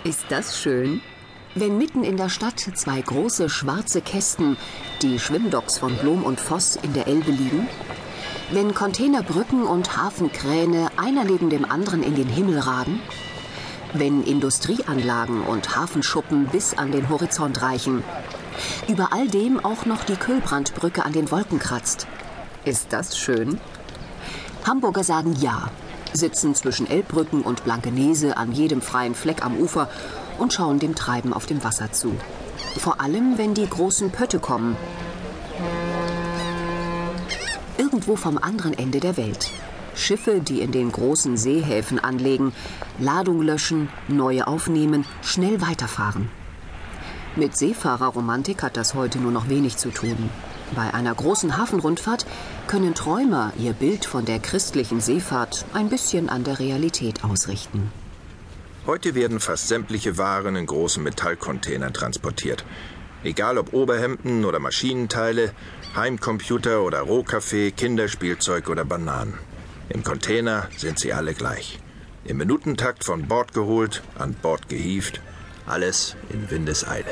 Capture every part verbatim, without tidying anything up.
Ist das schön? Wenn mitten in der Stadt zwei große schwarze Kästen, die Schwimmdocks von Blom und Voss, in der Elbe liegen. Wenn Containerbrücken und Hafenkräne einer neben dem anderen in den Himmel ragen. Wenn Industrieanlagen und Hafenschuppen bis an den Horizont reichen. Über all dem auch noch die Köhlbrandbrücke an den Wolken kratzt. Ist das schön? Hamburger sagen ja, sitzen zwischen Elbbrücken und Blankenese an jedem freien Fleck am Ufer und schauen dem Treiben auf dem Wasser zu. Vor allem, wenn die großen Pötte kommen. Irgendwo vom anderen Ende der Welt. Schiffe, die in den großen Seehäfen anlegen, Ladung löschen, neue aufnehmen, schnell weiterfahren. Mit Seefahrerromantik hat das heute nur noch wenig zu tun. Bei einer großen Hafenrundfahrt können Träumer ihr Bild von der christlichen Seefahrt ein bisschen an der Realität ausrichten. Heute werden fast sämtliche Waren in großen Metallcontainern transportiert. Egal ob Oberhemden oder Maschinenteile, Heimcomputer oder Rohkaffee, Kinderspielzeug oder Bananen. Im Container sind sie alle gleich. Im Minutentakt von Bord geholt, an Bord gehievt. Alles in Windeseile.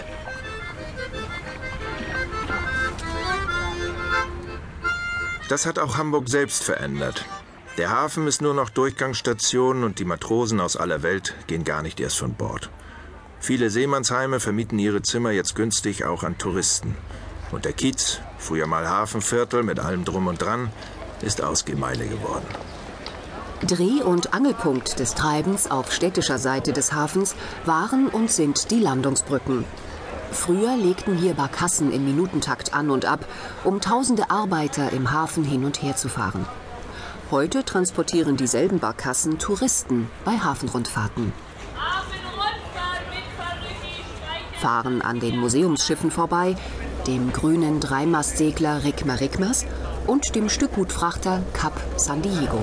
Das hat auch Hamburg selbst verändert. Der Hafen ist nur noch Durchgangsstation und die Matrosen aus aller Welt gehen gar nicht erst von Bord. Viele Seemannsheime vermieten ihre Zimmer jetzt günstig auch an Touristen. Und der Kiez, früher mal Hafenviertel mit allem Drum und Dran, ist Ausgehmeile geworden. Dreh- und Angelpunkt des Treibens auf städtischer Seite des Hafens waren und sind die Landungsbrücken. Früher legten hier Barkassen im Minutentakt an und ab, um tausende Arbeiter im Hafen hin und her zu fahren. Heute transportieren dieselben Barkassen Touristen bei Hafenrundfahrten. Fahren an den Museumsschiffen vorbei, dem grünen Dreimastsegler Rikmer Rikmers und dem Stückgutfrachter Cap San Diego.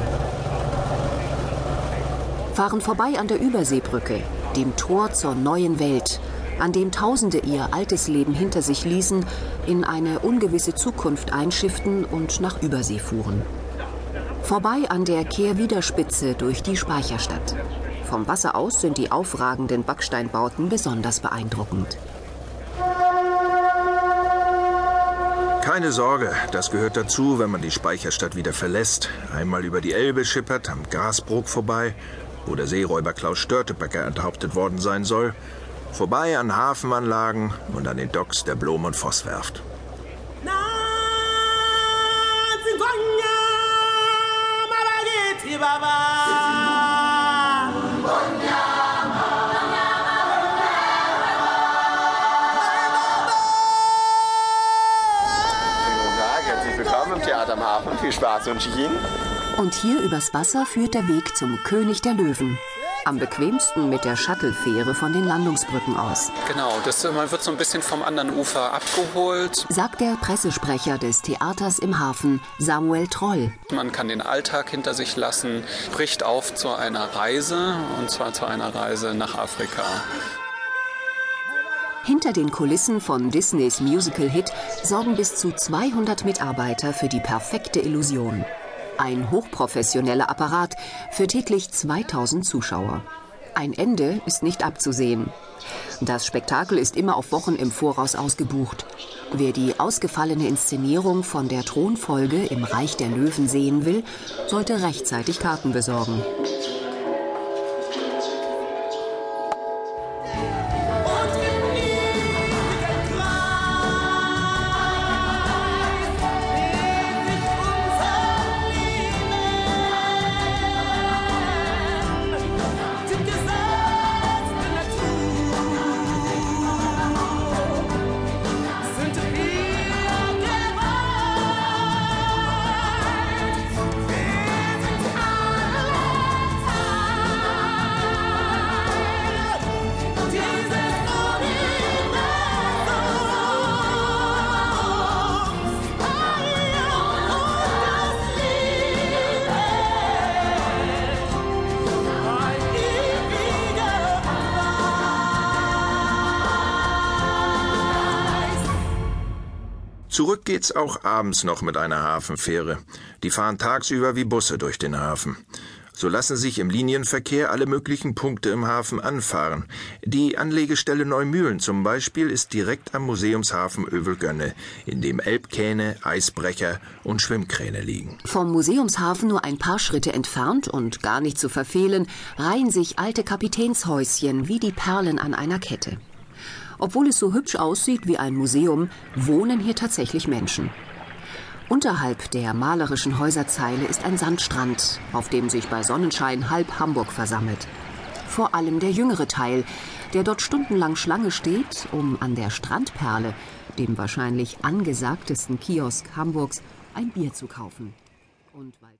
Fahren vorbei an der Überseebrücke, dem Tor zur neuen Welt, an dem Tausende ihr altes Leben hinter sich ließen, in eine ungewisse Zukunft einschifften und nach Übersee fuhren. Vorbei an der Kehrwiederspitze durch die Speicherstadt. Vom Wasser aus sind die aufragenden Backsteinbauten besonders beeindruckend. Keine Sorge, das gehört dazu, wenn man die Speicherstadt wieder verlässt. Einmal über die Elbe schippert, am Gasbrook vorbei, wo der Seeräuber Klaus Störtebeker enthauptet worden sein soll. Vorbei an Hafenanlagen und an den Docks der Blom- und Vosswerft. Theater am Hafen. Viel Spaß wünsche ich Ihnen. Und hier übers Wasser führt der Weg zum König der Löwen. Am bequemsten mit der Shuttlefähre von den Landungsbrücken aus. Genau, das, man wird so ein bisschen vom anderen Ufer abgeholt. Sagt der Pressesprecher des Theaters im Hafen, Samuel Troll. Man kann den Alltag hinter sich lassen, bricht auf zu einer Reise, und zwar zu einer Reise nach Afrika. Hinter den Kulissen von Disneys Musical-Hit sorgen bis zu zweihundert Mitarbeiter für die perfekte Illusion. Ein hochprofessioneller Apparat für täglich zweitausend Zuschauer. Ein Ende ist nicht abzusehen. Das Spektakel ist immer auf Wochen im Voraus ausgebucht. Wer die ausgefallene Inszenierung von der Thronfolge im Reich der Löwen sehen will, sollte rechtzeitig Karten besorgen. Zurück geht's auch abends noch mit einer Hafenfähre. Die fahren tagsüber wie Busse durch den Hafen. So lassen sich im Linienverkehr alle möglichen Punkte im Hafen anfahren. Die Anlegestelle Neumühlen zum Beispiel ist direkt am Museumshafen Övelgönne, in dem Elbkähne, Eisbrecher und Schwimmkräne liegen. Vom Museumshafen nur ein paar Schritte entfernt und gar nicht zu verfehlen, reihen sich alte Kapitänshäuschen wie die Perlen an einer Kette. Obwohl es so hübsch aussieht wie ein Museum, wohnen hier tatsächlich Menschen. Unterhalb der malerischen Häuserzeile ist ein Sandstrand, auf dem sich bei Sonnenschein halb Hamburg versammelt. Vor allem der jüngere Teil, der dort stundenlang Schlange steht, um an der Strandperle, dem wahrscheinlich angesagtesten Kiosk Hamburgs, ein Bier zu kaufen. Und weil